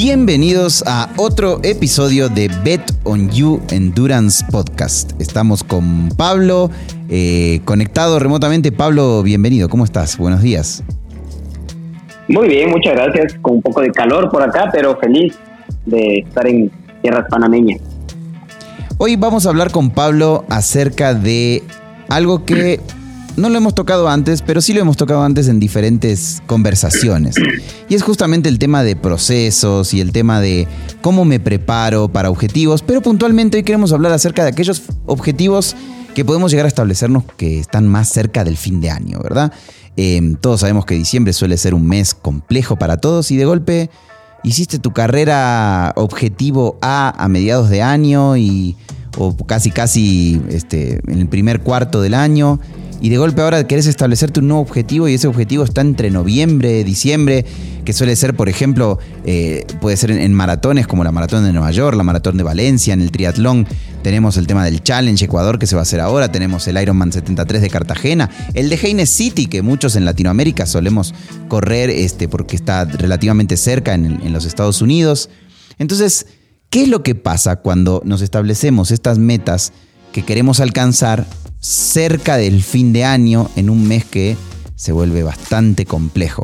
Bienvenidos a otro episodio de Bet on You Endurance Podcast. Estamos con Pablo, conectado remotamente. Pablo, bienvenido. ¿Cómo estás? Buenos días. Muy bien, muchas gracias. Con un poco de calor por acá, pero feliz de estar en tierras panameñas. Hoy vamos a hablar con Pablo acerca de algo que no lo hemos tocado antes, pero sí lo hemos tocado antes en diferentes conversaciones. Y es justamente el tema de procesos y el tema de cómo me preparo para objetivos. Pero puntualmente hoy queremos hablar acerca de aquellos objetivos que podemos llegar a establecernos que están más cerca del fin de año, ¿verdad? Todos sabemos que diciembre suele ser un mes complejo para todos y de golpe hiciste tu carrera objetivo A mediados de año o casi en el primer cuarto del año. Y de golpe ahora querés establecerte un nuevo objetivo y ese objetivo está entre noviembre, diciembre, que suele ser, por ejemplo, puede ser en maratones como la maratón de Nueva York, la maratón de Valencia, en el triatlón tenemos el tema del Challenge Ecuador que se va a hacer ahora, tenemos el Ironman 73 de Cartagena, el de Haines City que muchos en Latinoamérica solemos correr porque está relativamente cerca en los Estados Unidos. Entonces, ¿qué es lo que pasa cuando nos establecemos estas metas que queremos alcanzar cerca del fin de año en un mes que se vuelve bastante complejo?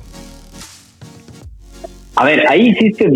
A ver, ahí citaste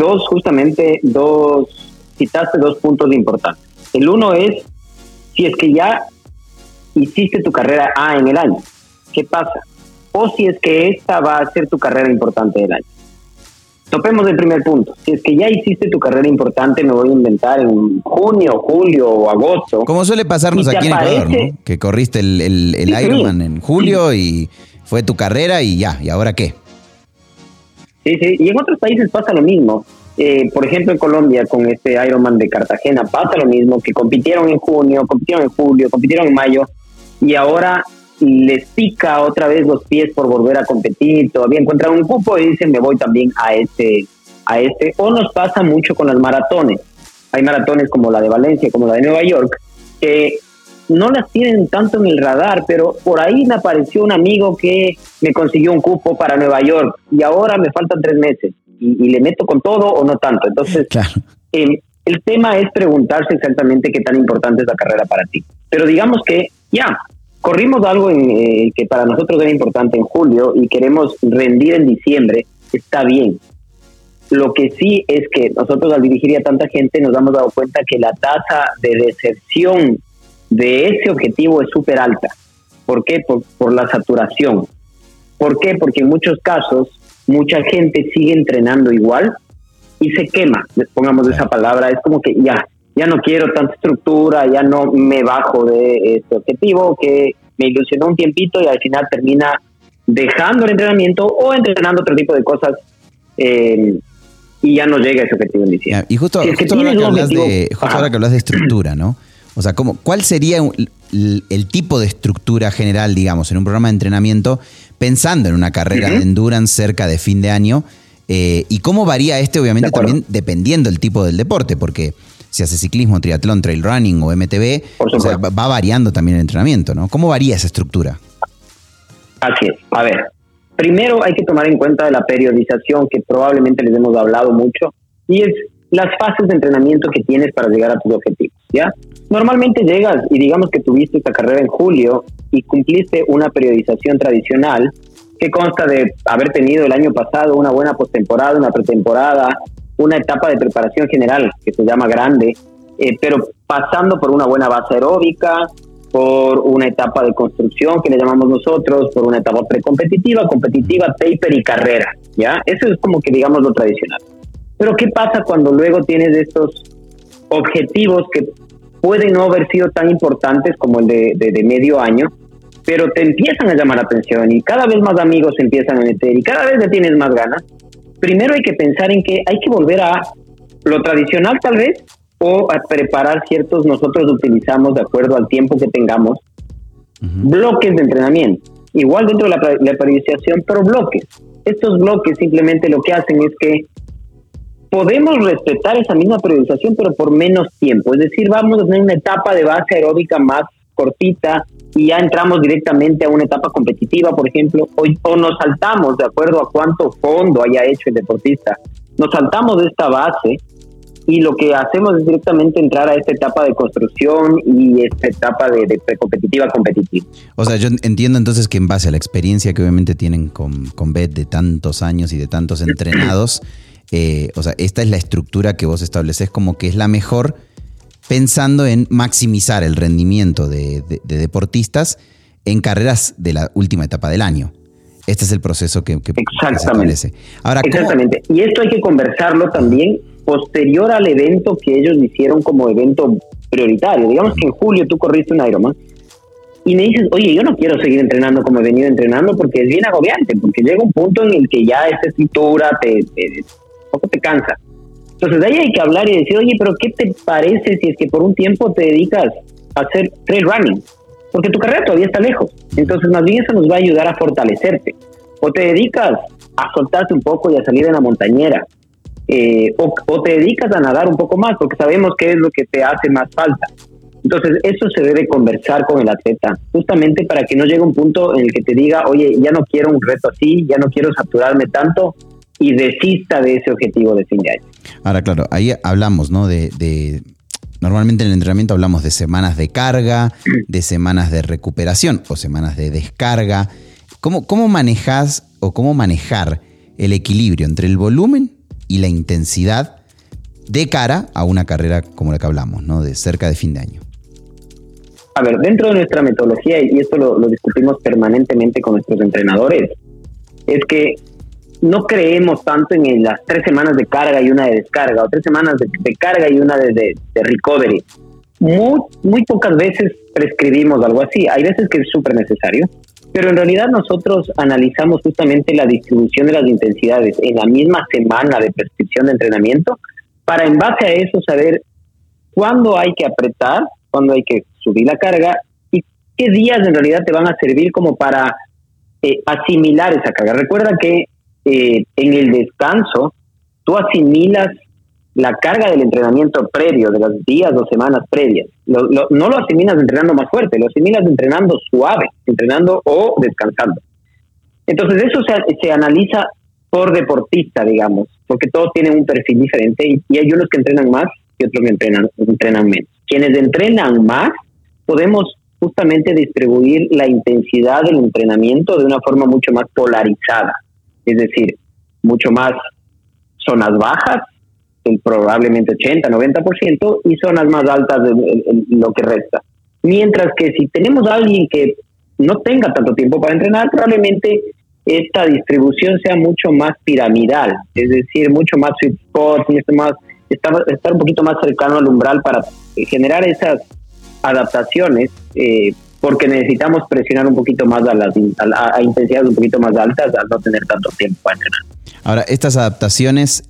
dos puntos importantes. El uno es, si es que ya hiciste tu carrera A en el año, ¿qué pasa? O si es que esta va a ser tu carrera importante del año. Topemos el primer punto. Si es que ya hiciste tu carrera importante, me voy a inventar en junio, julio o agosto. Como suele pasarnos aquí en Ecuador, ¿no? Que corriste el Ironman en julio y fue tu carrera y ya, ¿y ahora qué? Sí, y en otros países pasa lo mismo. Por ejemplo, en Colombia, con este Ironman de Cartagena, pasa lo mismo, que compitieron en junio, compitieron en julio, compitieron en mayo, y ahora les pica otra vez los pies por volver a competir, todavía encuentran un cupo y dicen me voy también a este, o nos pasa mucho con las maratones. Hay maratones como la de Valencia, como la de Nueva York, que no las tienen tanto en el radar, pero por ahí me apareció un amigo que me consiguió un cupo para Nueva York y ahora me faltan 3 meses y le meto con todo o no tanto. Entonces, claro. El tema es preguntarse exactamente qué tan importante es la carrera para ti. Pero digamos que ya, corrimos algo que para nosotros era importante en julio y queremos rendir en diciembre, está bien. Lo que sí es que nosotros al dirigir a tanta gente nos hemos dado cuenta que la tasa de deserción de ese objetivo es súper alta. ¿Por qué? Por la saturación. ¿Por qué? Porque en muchos casos mucha gente sigue entrenando igual y se quema, pongamos esa palabra, es como que ya no quiero tanta estructura, ya no me bajo de este objetivo que me ilusionó un tiempito y al final termina dejando el entrenamiento o entrenando otro tipo de cosas y ya no llega a ese objetivo en diciembre. Y justo ahora que hablas de estructura, ¿no? O sea, ¿cuál sería el tipo de estructura general, digamos, en un programa de entrenamiento pensando en una carrera de endurance cerca de fin de año? Y cómo varía obviamente, también dependiendo del tipo del deporte, porque si hace ciclismo, triatlón, trail running o MTB, o sea, va variando también el entrenamiento, ¿no? ¿Cómo varía esa estructura? Así es. A ver, primero hay que tomar en cuenta la periodización que probablemente les hemos hablado mucho y es las fases de entrenamiento que tienes para llegar a tus objetivos, ¿ya? Normalmente llegas y digamos que tuviste esta carrera en julio y cumpliste una periodización tradicional que consta de haber tenido el año pasado una buena postemporada, una pretemporada, una etapa de preparación general que se llama grande, pero pasando por una buena base aeróbica, por una etapa de construcción que le llamamos nosotros, por una etapa precompetitiva, competitiva, taper y carrera, ¿ya? Eso es como que digamos lo tradicional. Pero ¿qué pasa cuando luego tienes estos objetivos que pueden no haber sido tan importantes como el de medio año, pero te empiezan a llamar la atención y cada vez más amigos se empiezan a meter y cada vez le tienes más ganas? Primero hay que pensar en que hay que volver a lo tradicional tal vez o a preparar nosotros utilizamos de acuerdo al tiempo que tengamos, bloques de entrenamiento. Igual dentro de la periodización, pero bloques. Estos bloques simplemente lo que hacen es que podemos respetar esa misma periodización, pero por menos tiempo. Es decir, vamos a tener una etapa de base aeróbica más cortita y ya entramos directamente a una etapa competitiva, por ejemplo, o nos saltamos de acuerdo a cuánto fondo haya hecho el deportista nos saltamos de esta base y lo que hacemos es directamente entrar a esta etapa de construcción y esta etapa de precompetitiva competitiva. O sea, yo entiendo entonces que en base a la experiencia que obviamente tienen con Bet de tantos años y de tantos entrenados, o sea, esta es la estructura que vos estableces como que es la mejor, pensando en maximizar el rendimiento de deportistas en carreras de la última etapa del año. Este es el proceso que se establece. Ahora, exactamente. Y esto hay que conversarlo también posterior al evento que ellos hicieron como evento prioritario. Digamos que en julio tú corriste un Ironman y me dices, oye, yo no quiero seguir entrenando como he venido entrenando porque es bien agobiante, porque llega un punto en el que ya esta estructura poco te cansa. Entonces de ahí hay que hablar y decir, oye, pero ¿qué te parece si es que por un tiempo te dedicas a hacer trail running? Porque tu carrera todavía está lejos. Entonces más bien eso nos va a ayudar a fortalecerte. O te dedicas a soltarte un poco y a salir en la montañera. O te dedicas a nadar un poco más, porque sabemos qué es lo que te hace más falta. Entonces, eso se debe conversar con el atleta, justamente para que no llegue un punto en el que te diga, oye, ya no quiero un reto así, ya no quiero saturarme tanto, y desista de ese objetivo de fin de año. Ahora, claro, ahí hablamos, ¿no? Normalmente en el entrenamiento hablamos de semanas de carga, de semanas de recuperación o semanas de descarga. ¿Cómo manejas o cómo manejar el equilibrio entre el volumen y la intensidad de cara a una carrera como la que hablamos, ¿no? De cerca de fin de año? A ver, dentro de nuestra metodología, y esto lo discutimos permanentemente con nuestros entrenadores, es que no creemos tanto en las 3 semanas de carga y una de descarga, o 3 semanas de carga y una de recovery. Muy pocas veces prescribimos algo así. Hay veces que es súper necesario, pero en realidad nosotros analizamos justamente la distribución de las intensidades en la misma semana de prescripción de entrenamiento para en base a eso saber cuándo hay que apretar, cuándo hay que subir la carga y qué días en realidad te van a servir como para asimilar esa carga. Recuerda que en el descanso tú asimilas la carga del entrenamiento previo, de los días o semanas previas. No lo asimilas entrenando más fuerte, lo asimilas entrenando suave, entrenando o descansando. Entonces eso se analiza por deportista, digamos, porque todos tienen un perfil diferente y hay unos que entrenan más y otros que entrenan menos. Quienes entrenan más, podemos justamente distribuir la intensidad del entrenamiento de una forma mucho más polarizada, es decir, mucho más zonas bajas, probablemente 80-90%, y zonas más altas en lo que resta. Mientras que si tenemos a alguien que no tenga tanto tiempo para entrenar, probablemente esta distribución sea mucho más piramidal, es decir, mucho más sweet spot, estar un poquito más cercano al umbral para generar esas adaptaciones, porque necesitamos presionar un poquito más a intensidades un poquito más altas al no tener tanto tiempo para entrenar. Ahora, estas adaptaciones,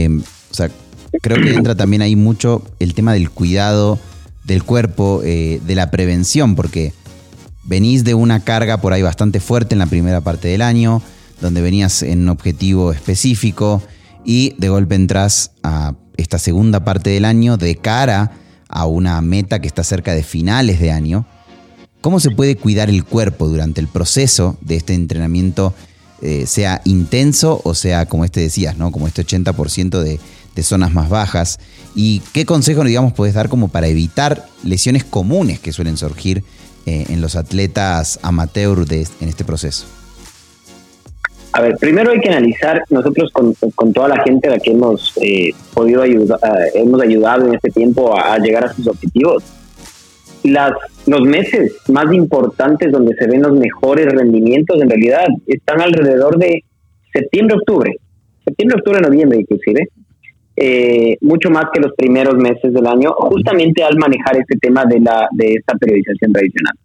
o sea, creo que entra también ahí mucho el tema del cuidado del cuerpo, de la prevención, porque venís de una carga por ahí bastante fuerte en la primera parte del año, donde venías en un objetivo específico y de golpe entras a esta segunda parte del año de cara a una meta que está cerca de finales de año. ¿Cómo se puede cuidar el cuerpo durante el proceso de este entrenamiento, sea intenso o sea, como decías, ¿no? Como este 80% de zonas más bajas? ¿Y qué consejo, digamos, puedes dar como para evitar lesiones comunes que suelen surgir en los atletas amateur en este proceso? A ver, primero hay que analizar, nosotros con toda la gente a la que hemos podido ayudar, hemos ayudado en este tiempo a llegar a sus objetivos. Los meses más importantes donde se ven los mejores rendimientos en realidad están alrededor de septiembre, octubre, noviembre inclusive, mucho más que los primeros meses del año, justamente al manejar este tema de esta periodización tradicional.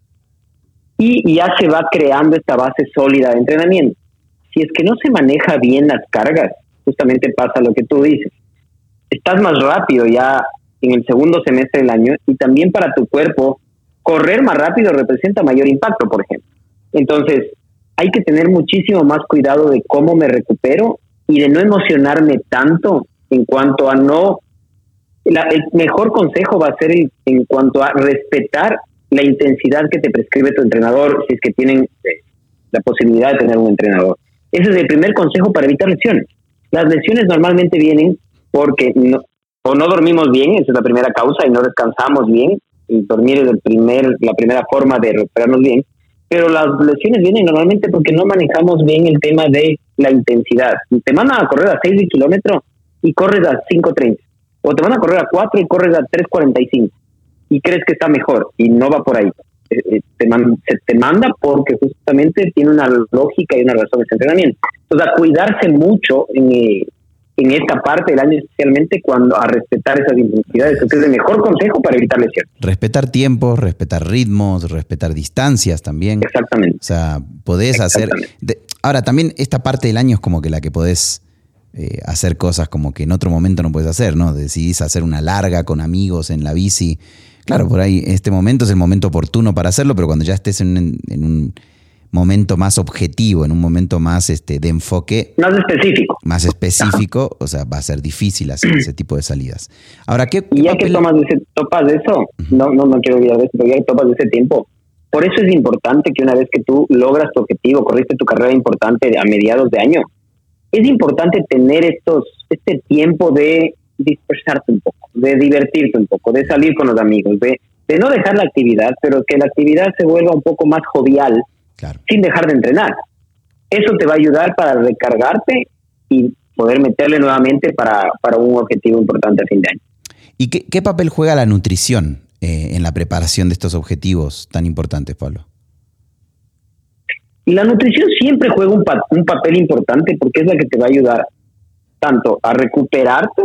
Y ya se va creando esta base sólida de entrenamiento. Si es que no se maneja bien las cargas, justamente pasa lo que tú dices. Estás más rápido ya en el segundo semestre del año y también para tu cuerpo correr más rápido representa mayor impacto, por ejemplo. Entonces, hay que tener muchísimo más cuidado de cómo me recupero y de no emocionarme tanto en cuanto a el mejor consejo va a ser en cuanto a respetar la intensidad que te prescribe tu entrenador, si es que tienen la posibilidad de tener un entrenador. Ese es el primer consejo para evitar lesiones. Las lesiones normalmente vienen porque o no dormimos bien, esa es la primera causa, y no descansamos bien. Y dormir es la primera forma de recuperarnos bien. Pero las lesiones vienen normalmente porque no manejamos bien el tema de la intensidad. Te mandan a correr a 6 kilómetros y corres a 5:30. O te van a correr a 4 y corres a 3:45. Y crees que está mejor y no va por ahí. Se te manda porque justamente tiene una lógica y una razón ese entrenamiento. Entonces, a cuidarse mucho en esta parte del año, especialmente a respetar esas intensidades. Entonces, es el mejor consejo para evitar lesiones. Respetar tiempos, respetar ritmos, respetar distancias también. Exactamente. O sea, podés hacer... Ahora, también esta parte del año es como que la que podés hacer cosas como que en otro momento no puedes hacer, ¿no? Decidís hacer una larga con amigos en la bici. Claro, por ahí este momento es el momento oportuno para hacerlo, pero cuando ya estés en un momento más objetivo, en un momento más de enfoque... Más específico, o sea, va a ser difícil hacer ese tipo de salidas. Ahora, y ya que topas de eso, no quiero olvidar de eso, pero ya que topas de ese tiempo, por eso es importante que una vez que tú logras tu objetivo, corriste tu carrera importante a mediados de año, es importante tener este tiempo de dispersarte un poco, de divertirte un poco, de salir con los amigos, de no dejar la actividad, pero que la actividad se vuelva un poco más jovial, claro, sin dejar de entrenar. Eso te va a ayudar para recargarte y poder meterle nuevamente para un objetivo importante a fin de año. ¿Y qué papel juega la nutrición en la preparación de estos objetivos tan importantes, Pablo? La nutrición siempre juega un papel importante porque es la que te va a ayudar tanto a recuperarte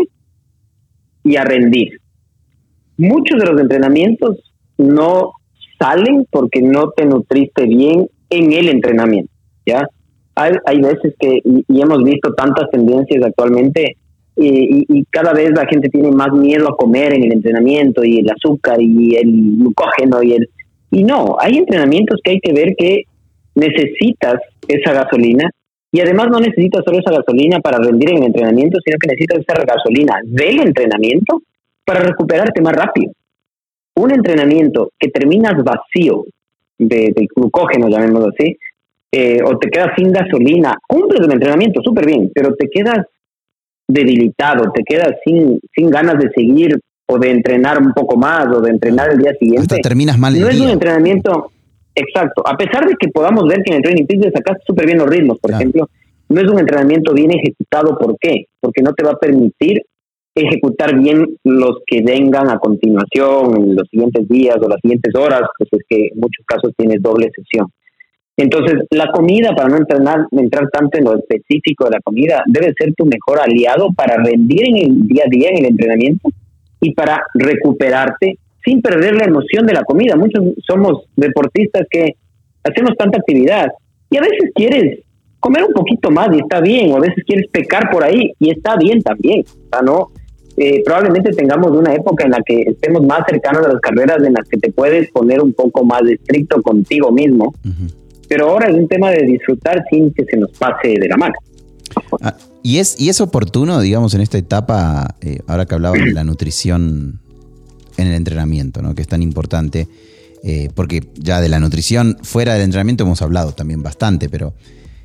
y a rendir. Muchos de los entrenamientos no salen porque no te nutriste bien en el entrenamiento, ¿ya? Hay veces que, y hemos visto tantas tendencias actualmente, y cada vez la gente tiene más miedo a comer en el entrenamiento, y el azúcar, y el glucógeno, y no, hay entrenamientos que hay que ver que necesitas esa gasolina, y además no necesitas solo esa gasolina para rendir en el entrenamiento, sino que necesitas esa gasolina del entrenamiento para recuperarte más rápido. Un entrenamiento que terminas vacío de glucógeno, llamémoslo así, o te quedas sin gasolina, cumples el entrenamiento súper bien, pero te quedas debilitado, te quedas sin ganas de seguir o de entrenar un poco más o de entrenar el día siguiente. Hasta terminas mal el día. No es un entrenamiento exacto, a pesar de que podamos ver que en el Training Peaks le sacaste súper bien los ritmos, por ejemplo, no es un entrenamiento bien ejecutado. ¿Por qué? Porque no te va a permitir ejecutar bien los que vengan a continuación en los siguientes días o las siguientes horas, pues es que en muchos casos tienes doble sesión. Entonces, la comida, para no entrar tanto en lo específico de la comida, debe ser tu mejor aliado para rendir en el día a día en el entrenamiento y para recuperarte sin perder la emoción de la comida. Muchos somos deportistas que hacemos tanta actividad y a veces quieres comer un poquito más y está bien, o a veces quieres pecar por ahí y está bien también. O sea, no, probablemente tengamos una época en la que estemos más cercanos a las carreras en las que te puedes poner un poco más estricto contigo mismo. Uh-huh. Pero ahora es un tema de disfrutar sin que se nos pase de la mano. ¿Y es oportuno, digamos, en esta etapa, ahora que hablabas de la nutrición en el entrenamiento, ¿no? Que es tan importante, porque ya de la nutrición fuera del entrenamiento hemos hablado también bastante, pero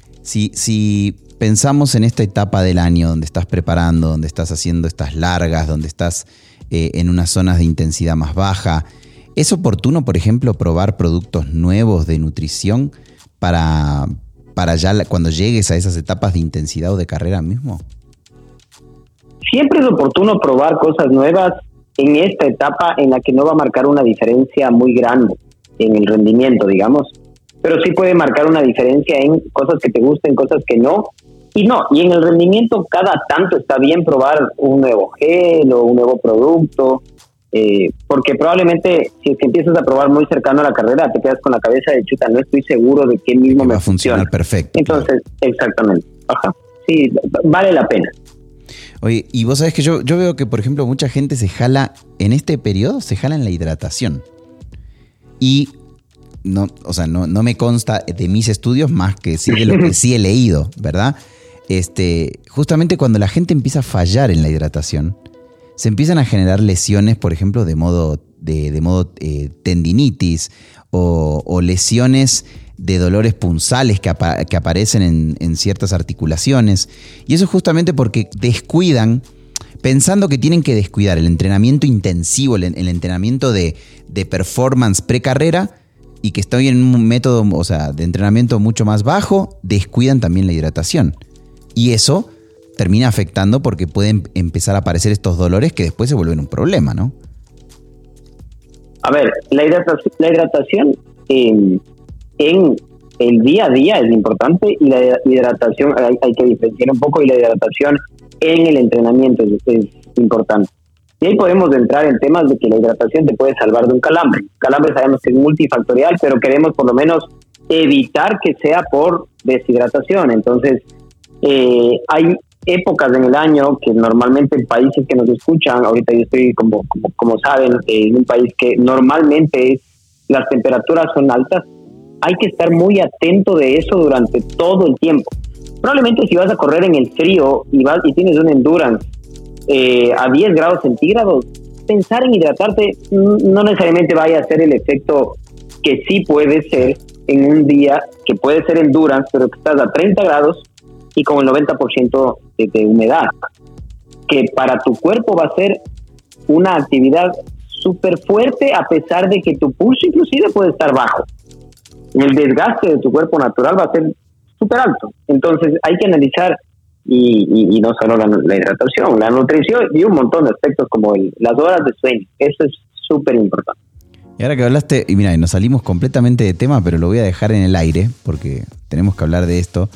si pensamos en esta etapa del año donde estás preparando, donde estás haciendo estas largas, donde estás en unas zonas de intensidad más baja, ¿es oportuno, por ejemplo, probar productos nuevos de nutrición para ya cuando llegues a esas etapas de intensidad o de carrera mismo? Siempre es oportuno probar cosas nuevas en esta etapa en la que no va a marcar una diferencia muy grande en el rendimiento, digamos, pero sí puede marcar una diferencia en cosas que te gusten, cosas que no, y en el rendimiento cada tanto está bien probar un nuevo gel o un nuevo producto, porque probablemente si es que empiezas a probar muy cercano a la carrera te quedas con la cabeza de chuta, no estoy seguro de qué mismo me funciona. Perfecto. Entonces, claro. Exactamente. Ajá. Sí, vale la pena. Oye, y vos sabés que yo veo que, por ejemplo, mucha gente se jala en este periodo, se jala en la hidratación. Y no me consta de mis estudios más que sí de lo que sí he leído, ¿verdad? Justamente cuando la gente empieza a fallar en la hidratación, se empiezan a generar lesiones, por ejemplo, de modo tendinitis o lesiones de dolores punzales que aparecen en ciertas articulaciones. Y eso es justamente porque descuidan, pensando que tienen que descuidar el entrenamiento intensivo, el entrenamiento de performance precarrera, y que estoy en un método, o sea, de entrenamiento mucho más bajo, descuidan también la hidratación. Y eso termina afectando porque pueden empezar a aparecer estos dolores que después se vuelven un problema, ¿no? A ver, la hidratación en el día a día es importante, y la hidratación, hay que diferenciar un poco, y la hidratación en el entrenamiento es importante. Y ahí podemos entrar en temas de que la hidratación te puede salvar de un calambre. El calambre sabemos que es multifactorial, pero queremos por lo menos evitar que sea por deshidratación. Entonces, hay épocas en el año que normalmente en países que nos escuchan, ahorita yo estoy, como saben, en un país que normalmente las temperaturas son altas, hay que estar muy atento de eso durante todo el tiempo. Probablemente si vas a correr en el frío y tienes un endurance a 10 grados centígrados, pensar en hidratarte no necesariamente vaya a ser el efecto que sí puede ser en un día que puede ser endurance, pero que estás a 30 grados y con el 90% de humedad, que para tu cuerpo va a ser una actividad súper fuerte, a pesar de que tu pulso inclusive puede estar bajo. El desgaste de tu cuerpo natural va a ser súper alto. Entonces hay que analizar, y no solo la hidratación, la nutrición y un montón de aspectos como las horas de sueño. Eso es súper importante. Y ahora que hablaste, y mira, nos salimos completamente de tema, pero lo voy a dejar en el aire porque tenemos que hablar de esto,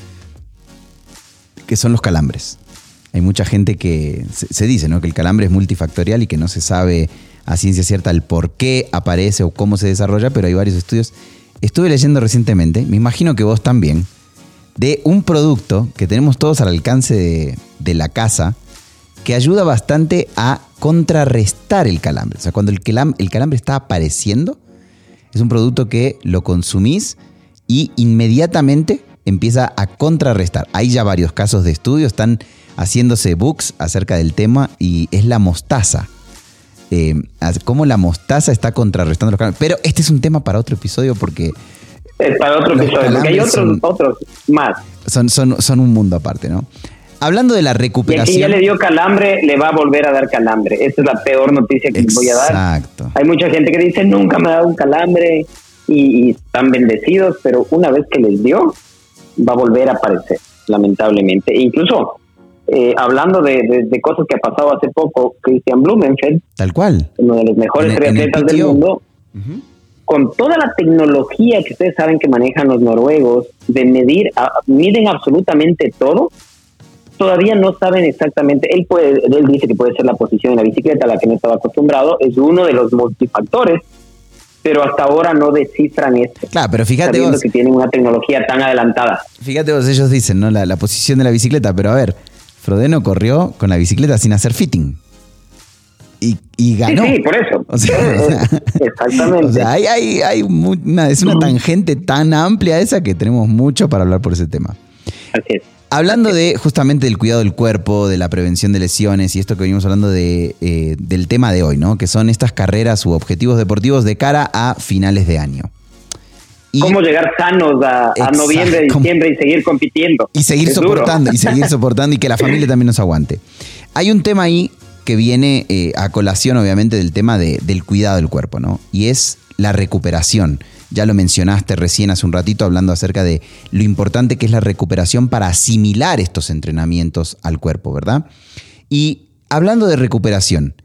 que son los calambres. Hay mucha gente que se dice, ¿no?, que el calambre es multifactorial y que no se sabe a ciencia cierta el por qué aparece o cómo se desarrolla, pero hay varios estudios. Estuve leyendo recientemente, me imagino que vos también, de un producto que tenemos todos al alcance de la casa, que ayuda bastante a contrarrestar el calambre. O sea, cuando el calambre está apareciendo, es un producto que lo consumís y inmediatamente empieza a contrarrestar. Hay ya varios casos de estudio, están haciéndose books acerca del tema, y es la mostaza. Cómo la mostaza está contrarrestando los calambres. Pero este es un tema para otro episodio porque... Es para otro episodio, porque hay otros más. Son un mundo aparte, ¿no? Hablando de la recuperación... Y a quien ya le dio calambre, le va a volver a dar calambre. Esa es la peor noticia que les voy a dar. Exacto. Hay mucha gente que dice, nunca me ha dado un calambre, y están bendecidos, pero una vez que les dio, va a volver a aparecer, lamentablemente. E incluso, hablando de cosas que ha pasado hace poco, Christian Blumenfeld, tal cual, uno de los mejores triatletas del mundo, con toda la tecnología que ustedes saben que manejan los noruegos, de miden absolutamente todo, todavía no saben exactamente. Él dice que puede ser la posición en la bicicleta a la que no estaba acostumbrado, es uno de los multifactores, pero hasta ahora no descifran esto. Claro, pero fíjate sabiendo vos, que tienen una tecnología tan adelantada. Fíjate vos, ellos dicen, ¿no?, la posición de la bicicleta, pero a ver, Frodeno corrió con la bicicleta sin hacer fitting. Y ganó. Sí, por eso. O sea, exactamente. O sea, es una tangente tan amplia esa que tenemos mucho para hablar por ese tema. Así es. Hablando de justamente del cuidado del cuerpo, de la prevención de lesiones y esto que venimos hablando del tema de hoy, ¿no?, que son estas carreras u objetivos deportivos de cara a finales de año. ¿Cómo llegar sanos a noviembre, diciembre y seguir compitiendo? Y seguir soportando y que la familia también nos aguante. Hay un tema ahí que viene a colación, obviamente, del tema del cuidado del cuerpo, ¿no? Y es la recuperación. Ya lo mencionaste recién hace un ratito hablando acerca de lo importante que es la recuperación para asimilar estos entrenamientos al cuerpo, ¿verdad? Y hablando de recuperación,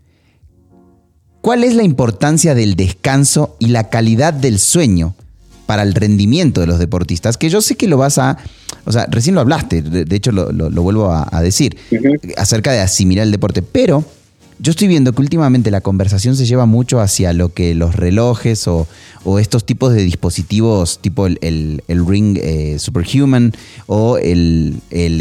¿cuál es la importancia del descanso y la calidad del sueño para el rendimiento de los deportistas? Que yo sé que lo vas a... O sea, recién lo hablaste, de hecho lo vuelvo a decir, acerca de asimilar el deporte, pero yo estoy viendo que últimamente la conversación se lleva mucho hacia lo que los relojes o estos tipos de dispositivos tipo el Ring Superhuman o el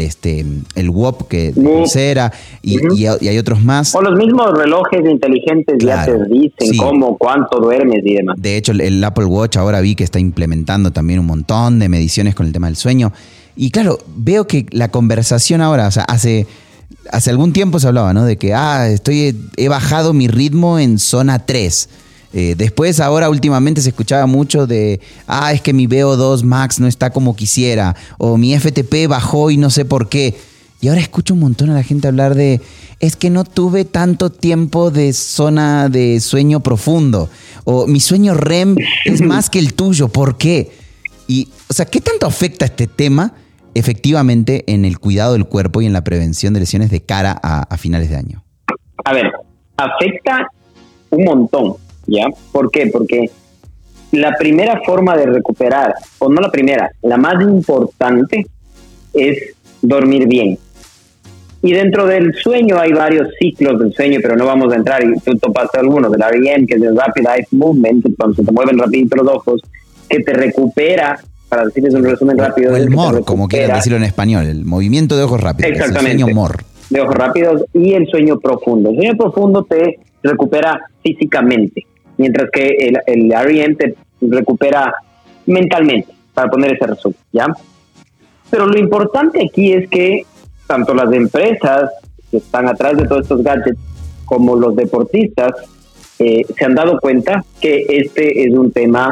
WOP que pulsera y hay otros más. O los mismos relojes inteligentes, claro, ya te dicen cómo, cuánto duermes y demás. De hecho, el Apple Watch ahora vi que está implementando también un montón de mediciones con el tema del sueño. Y claro, veo que la conversación ahora, o sea, hace algún tiempo se hablaba, ¿no?, de que he bajado mi ritmo en zona 3. Después, ahora últimamente se escuchaba mucho de, es que mi VO2 max no está como quisiera, o mi FTP bajó y no sé por qué. Y ahora escucho un montón a la gente hablar de, es que no tuve tanto tiempo de zona de sueño profundo, o mi sueño REM es más que el tuyo, ¿por qué? Y, o sea, ¿qué tanto afecta este tema efectivamente en el cuidado del cuerpo y en la prevención de lesiones de cara a finales de año? A ver, afecta un montón, ¿ya? ¿Por qué? Porque la primera forma de recuperar, o no la primera, la más importante es dormir bien. Y dentro del sueño hay varios ciclos del sueño, pero no vamos a entrar, y tú topaste algunos, del REM, que es el Rapid Eye Movement, cuando se te mueven rapidito los ojos, que te recupera, para decirles un resumen rápido. O el MOR, como quieran decirlo en español, el movimiento de ojos rápidos. Exactamente. El sueño MOR. De ojos rápidos y el sueño profundo. El sueño profundo te recupera físicamente, mientras que el REM te recupera mentalmente, para poner ese resumen, ¿ya? Pero lo importante aquí es que tanto las empresas que están atrás de todos estos gadgets como los deportistas se han dado cuenta que este es un tema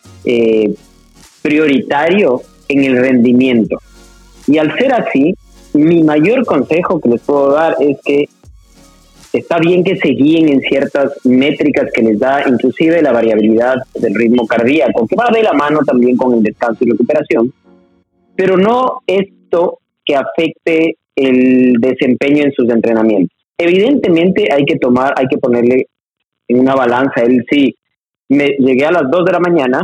prioritario en el rendimiento. Y al ser así, mi mayor consejo que les puedo dar es que está bien que se guíen en ciertas métricas que les da inclusive la variabilidad del ritmo cardíaco, que va de la mano también con el descanso y recuperación, pero no esto que afecte el desempeño en sus entrenamientos. Evidentemente hay que ponerle en una balanza sí, me llegué a las 2 de la mañana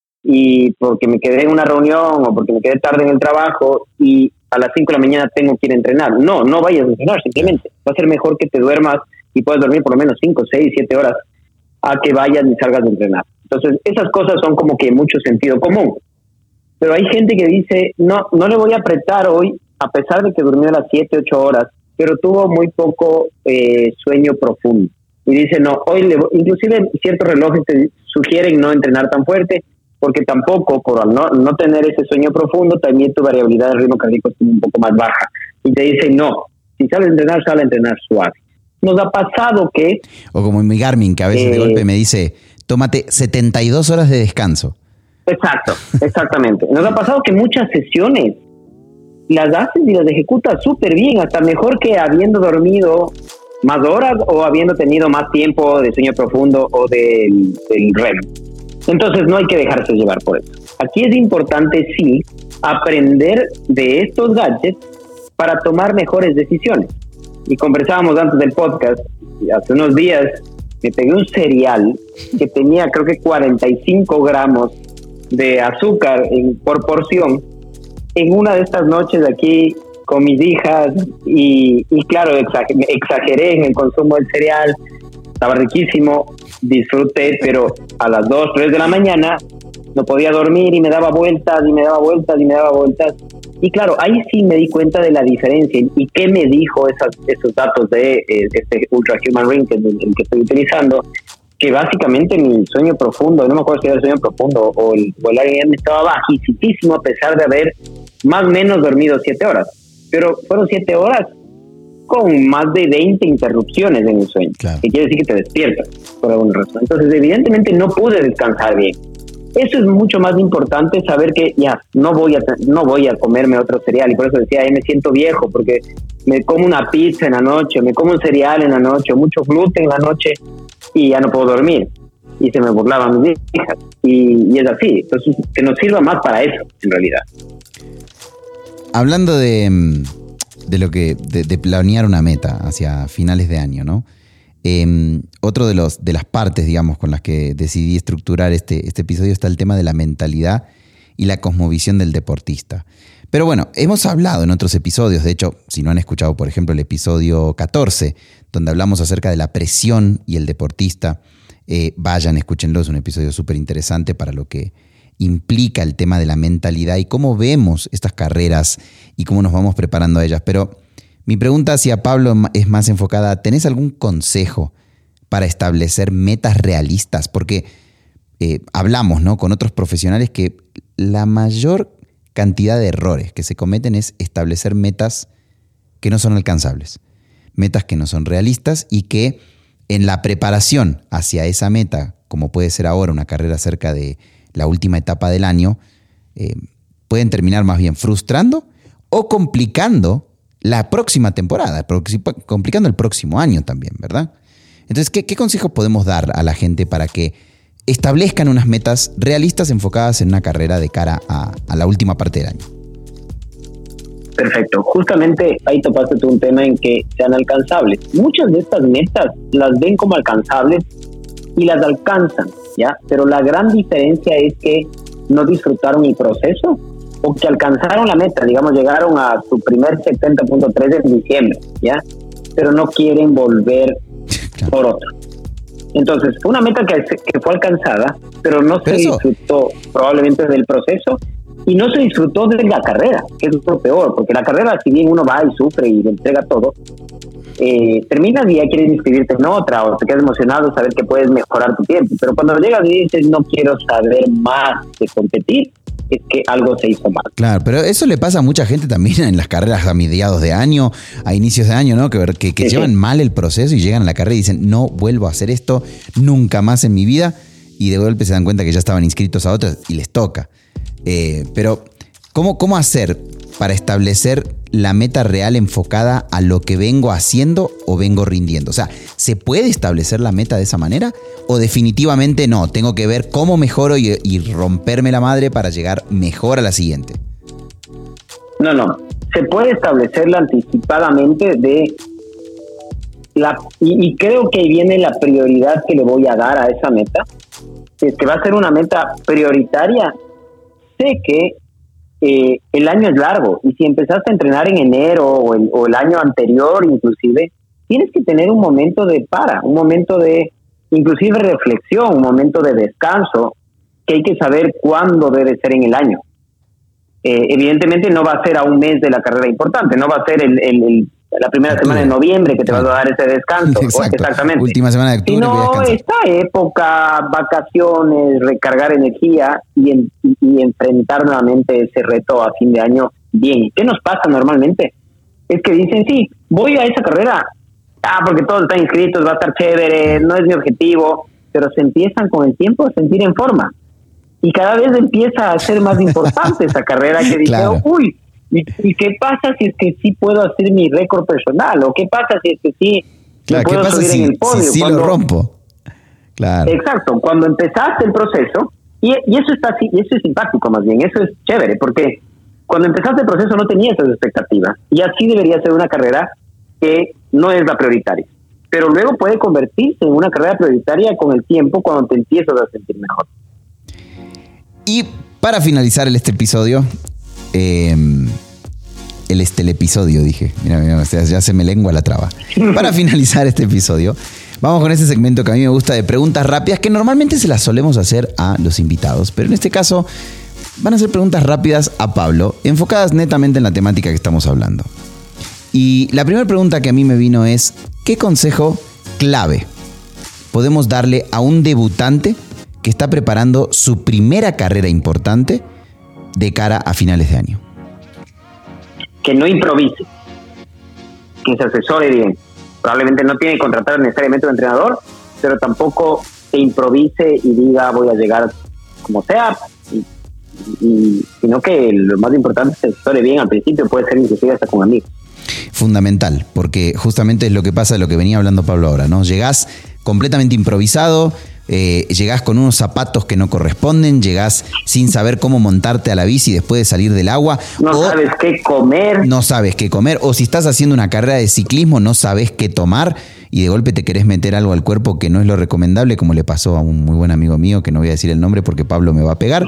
y porque me quedé en una reunión o porque me quedé tarde en el trabajo y a las 5 de la mañana tengo que ir a entrenar. No vayas a entrenar, simplemente. Va a ser mejor que te duermas y puedas dormir por lo menos 5, 6, 7 horas a que vayas y salgas de entrenar. Entonces, esas cosas son como que mucho sentido común. Pero hay gente que dice, no le voy a apretar hoy, a pesar de que durmió las 7, 8 horas, pero tuvo muy poco sueño profundo. Y dice, inclusive ciertos relojes te sugieren no entrenar tan fuerte, porque tampoco, por no tener ese sueño profundo, también tu variabilidad de ritmo cardíaco es un poco más baja. Y te dicen, no, si sales a entrenar, sale a entrenar suave. Nos ha pasado que... O como en mi Garmin, que a veces de golpe me dice, tómate 72 horas de descanso. Exacto, exactamente. Nos ha pasado que muchas sesiones las haces y las ejecutas súper bien, hasta mejor que habiendo dormido más horas o habiendo tenido más tiempo de sueño profundo o del REM. Entonces no hay que dejarse llevar por eso. Aquí es importante, sí, aprender de estos gadgets para tomar mejores decisiones. Y conversábamos antes del podcast, hace unos días me pegué un cereal que tenía creo que 45 gramos de azúcar por porción en una de estas noches aquí con mis hijas y claro, exageré en el consumo del cereal. Estaba riquísimo, disfruté, pero a las 2, 3 de la mañana no podía dormir y me daba vueltas. Y claro, ahí sí me di cuenta de la diferencia. ¿Y qué me dijo esos datos de este Ultra Human Ring, que es el que estoy utilizando? Que básicamente mi sueño profundo, no me acuerdo si era el sueño profundo o el REM, estaba bajísimo a pesar de haber más o menos dormido 7 horas. Pero fueron 7 horas con más de 20 interrupciones en el sueño, claro. Que quiere decir que te despiertas por alguna razón. Entonces, evidentemente no pude descansar bien. Eso es mucho más importante, saber que ya no voy a comerme otro cereal, y por eso decía, me siento viejo, porque me como una pizza en la noche, me como un cereal en la noche, mucho gluten en la noche, y ya no puedo dormir. Y se me burlaban mis hijas. Y es así. Entonces, que nos sirva más para eso, en realidad. Hablando de planear una meta hacia finales de año, ¿no? Otro de las partes, digamos, con las que decidí estructurar este episodio está el tema de la mentalidad y la cosmovisión del deportista. Pero bueno, hemos hablado en otros episodios, de hecho, si no han escuchado, por ejemplo, el episodio 14, donde hablamos acerca de la presión y el deportista, vayan, escúchenlo, es un episodio súper interesante para lo que implica el tema de la mentalidad y cómo vemos estas carreras y cómo nos vamos preparando a ellas. Pero mi pregunta hacia Pablo es más enfocada, ¿tenés algún consejo para establecer metas realistas? Porque hablamos, ¿no?, con otros profesionales que la mayor cantidad de errores que se cometen es establecer metas que no son alcanzables, metas que no son realistas y que en la preparación hacia esa meta como puede ser ahora una carrera cerca de la última etapa del año, pueden terminar más bien frustrando o complicando la próxima temporada, complicando el próximo año también, ¿verdad? Entonces, ¿qué consejos podemos dar a la gente para que establezcan unas metas realistas enfocadas en una carrera de cara a la última parte del año? Perfecto. Justamente ahí topaste tú un tema en que sean alcanzables. Muchas de estas metas las ven como alcanzables y las alcanzan, ¿ya? Pero la gran diferencia es que no disfrutaron el proceso o que alcanzaron la meta, digamos, llegaron a su primer 70.3 en diciembre, ¿ya? Pero no quieren volver por otro. Entonces, fue una meta que fue alcanzada, pero no se disfrutó probablemente del proceso y no se disfrutó de la carrera, que es lo peor, porque la carrera, si bien uno va y sufre y le entrega todo, terminas y ya quieres inscribirte en otra o te quedas emocionado de saber que puedes mejorar tu tiempo, pero cuando llegas y dices no quiero saber más de competir, es que algo se hizo mal. Claro, pero eso le pasa a mucha gente también en las carreras a mediados de año, a inicios de año, ¿no? Que llevan mal el proceso y llegan a la carrera y dicen no vuelvo a hacer esto nunca más en mi vida, y de golpe se dan cuenta que ya estaban inscritos a otras y les toca. Pero ¿cómo hacer para establecer la meta real enfocada a lo que vengo haciendo o vengo rindiendo? O sea, ¿se puede establecer la meta de esa manera? ¿O definitivamente no? Tengo que ver cómo mejoro y romperme la madre para llegar mejor a la siguiente. No. Se puede establecerla anticipadamente y creo que ahí viene la prioridad que le voy a dar a esa meta. Si es que va a ser una meta prioritaria, sé que el año es largo y si empezaste a entrenar en enero o el año anterior inclusive, tienes que tener un momento un momento de inclusive reflexión, un momento de descanso, que hay que saber cuándo debe ser en el año. Evidentemente no va a ser a un mes de la carrera importante, no va a ser la primera semana de noviembre que te vas a dar ese descanso. Exactamente. Última semana de octubre. Sino esta época, vacaciones, recargar energía y enfrentar nuevamente ese reto a fin de año bien. ¿Qué nos pasa normalmente? Es que dicen, sí, voy a esa carrera, porque todos están inscritos, va a estar chévere, no es mi objetivo, pero se empiezan con el tiempo a sentir en forma. Y cada vez empieza a ser más importante esa carrera que dice, claro. ¿Y qué pasa si es que sí puedo hacer mi récord personal? ¿O qué pasa si es que sí claro, puedo subir en el podio? Si lo rompo. Claro. Exacto. Cuando empezaste el proceso, y eso está así, y eso es simpático más bien, eso es chévere, porque cuando empezaste el proceso no tenías esas expectativas. Y así debería ser una carrera que no es la prioritaria. Pero luego puede convertirse en una carrera prioritaria con el tiempo cuando te empiezas a sentir mejor. Y para finalizar este episodio, el episodio, dije. Mira, ya se me lengua la traba. Para finalizar este episodio, vamos con este segmento que a mí me gusta de preguntas rápidas, que normalmente se las solemos hacer a los invitados, pero en este caso van a ser preguntas rápidas a Pablo, enfocadas netamente en la temática que estamos hablando. Y la primera pregunta que a mí me vino es, ¿qué consejo clave podemos darle a un debutante que está preparando su primera carrera importante de cara a finales de año? Que no improvise, que se asesore bien. Probablemente no tiene que contratar necesariamente un entrenador, pero tampoco se improvise y diga voy a llegar como sea, sino que lo más importante es que se asesore bien al principio, puede ser inclusive hasta con amigos. Fundamental, porque justamente es lo que pasa, lo que venía hablando Pablo ahora, ¿no? Llegás completamente improvisado, llegás con unos zapatos que no corresponden, llegás sin saber cómo montarte a la bici después de salir del agua. No sabes qué comer. No sabes qué comer. O si estás haciendo una carrera de ciclismo, no sabes qué tomar y de golpe te querés meter algo al cuerpo que no es lo recomendable, como le pasó a un muy buen amigo mío, que no voy a decir el nombre porque Pablo me va a pegar.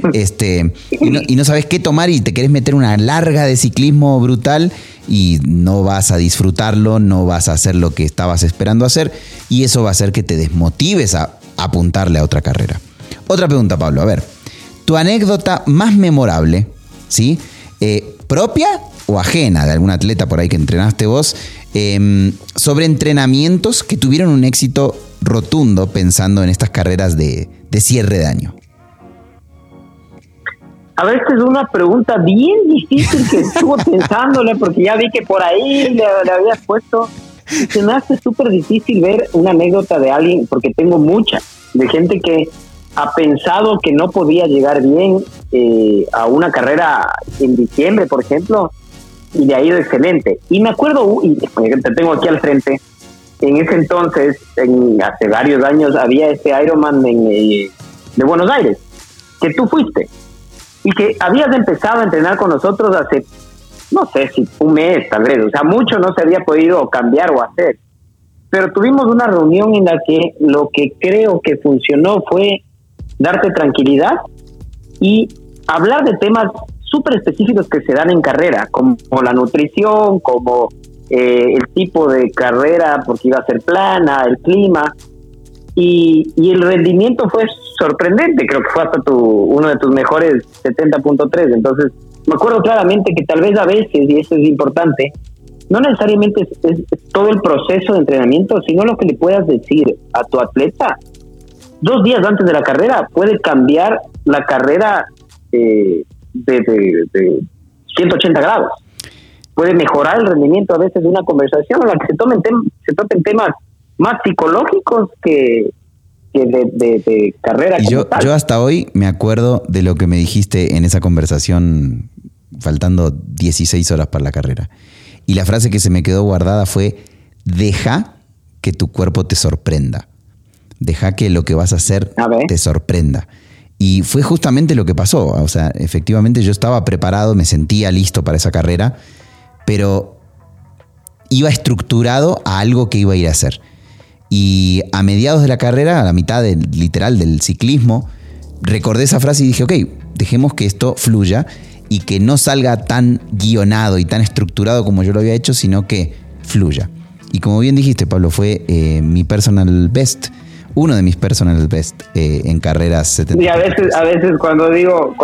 Y no sabes qué tomar y te querés meter una larga de ciclismo brutal y no vas a disfrutarlo, no vas a hacer lo que estabas esperando hacer y eso va a hacer que te desmotives a apuntarle a otra carrera. Otra pregunta, Pablo, a ver, tu anécdota más memorable, ¿sí? ¿Propia o ajena de algún atleta por ahí que entrenaste vos, sobre entrenamientos que tuvieron un éxito rotundo pensando en estas carreras de cierre de año? A ver, esta es una pregunta bien difícil que estuvo pensándole porque ya vi que por ahí le habías puesto. Se me hace súper difícil ver una anécdota de alguien porque tengo muchas, de gente que ha pensado que no podía llegar bien a una carrera en diciembre, por ejemplo, y le ha ido excelente. Y me acuerdo, y te tengo aquí al frente, en ese entonces, hace varios años, había este Ironman de Buenos Aires, que tú fuiste, y que habías empezado a entrenar con nosotros hace, no sé si un mes tal vez, o sea, mucho no se había podido cambiar o hacer. Pero tuvimos una reunión en la que lo que creo que funcionó fue darte tranquilidad y hablar de temas súper específicos que se dan en carrera, como la nutrición, como el tipo de carrera, porque iba a ser plana, el clima, y el rendimiento fue sorprendente. Creo que fue hasta uno de tus mejores 70.3. Entonces me acuerdo claramente que tal vez a veces, y eso es importante, no necesariamente es todo el proceso de entrenamiento, sino lo que le puedas decir a tu atleta 2 días antes de la carrera puede cambiar la carrera de 180 grados. Puede mejorar el rendimiento a veces de una conversación en la que se toquen temas más psicológicos que de carrera. Y yo hasta hoy me acuerdo de lo que me dijiste en esa conversación faltando 16 horas para la carrera. Y la frase que se me quedó guardada fue: deja que tu cuerpo te sorprenda. Deja que lo que vas a hacer te sorprenda. Y fue justamente lo que pasó. O sea, efectivamente yo estaba preparado, me sentía listo para esa carrera, pero iba estructurado a algo que iba a ir a hacer. Y a mediados de la carrera, a la mitad literal del ciclismo, recordé esa frase y dije, ok, dejemos que esto fluya y que no salga tan guionado y tan estructurado como yo lo había hecho, sino que fluya. Y como bien dijiste, Pablo, fue mi personal best, uno de mis personal best en carreras 70. Y a veces cuando digo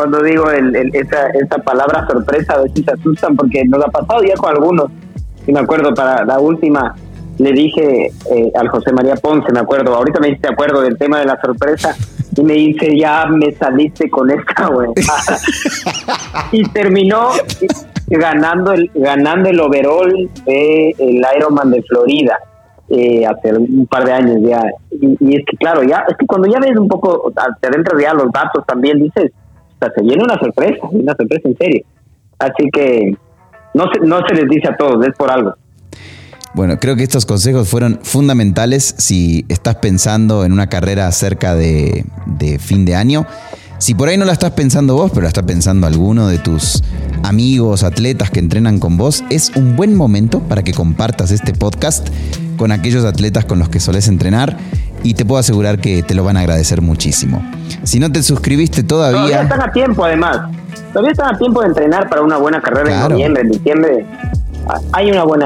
esa palabra sorpresa, a veces se asustan porque nos ha pasado ya con algunos. Y me acuerdo para la última, le dije al José María Ponce, me acuerdo, ahorita me dice, te acuerdo del tema de la sorpresa, y me dice, ya me saliste con esta, güey. Y terminó ganando el overall del Ironman de Florida. Hace un par de años ya, y es que claro, es que cuando ya ves un poco, te adentras ya los datos también, dices, o sea, se viene una sorpresa en serio, así que no se les dice a todos, es por algo. Bueno, creo que estos consejos fueron fundamentales si estás pensando en una carrera cerca de fin de año. Si por ahí no la estás pensando vos, pero la está pensando alguno de tus amigos, atletas que entrenan con vos, es un buen momento para que compartas este podcast con aquellos atletas con los que solés entrenar y te puedo asegurar que te lo van a agradecer muchísimo. Si no te suscribiste todavía están a tiempo, además. Todavía están a tiempo de entrenar para una buena carrera. Claro. En noviembre, en diciembre. Hay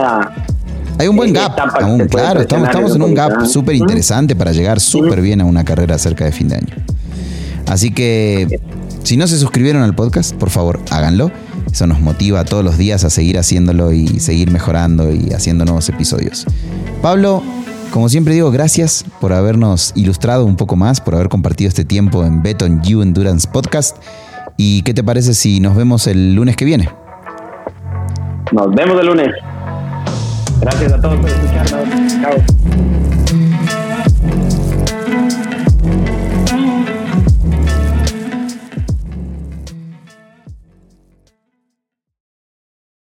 un buen gap aún, claro, estamos en un gap súper interesante para llegar súper bien a una carrera cerca de fin de año. Así que si no se suscribieron al podcast, por favor háganlo. Eso nos motiva todos los días a seguir haciéndolo y seguir mejorando y haciendo nuevos episodios. Pablo, como siempre digo, gracias por habernos ilustrado un poco más, por haber compartido este tiempo en Bet on You Endurance Podcast. ¿Y qué te parece si nos vemos el lunes que viene? Nos vemos el lunes. Gracias a todos por escucharnos. Chao.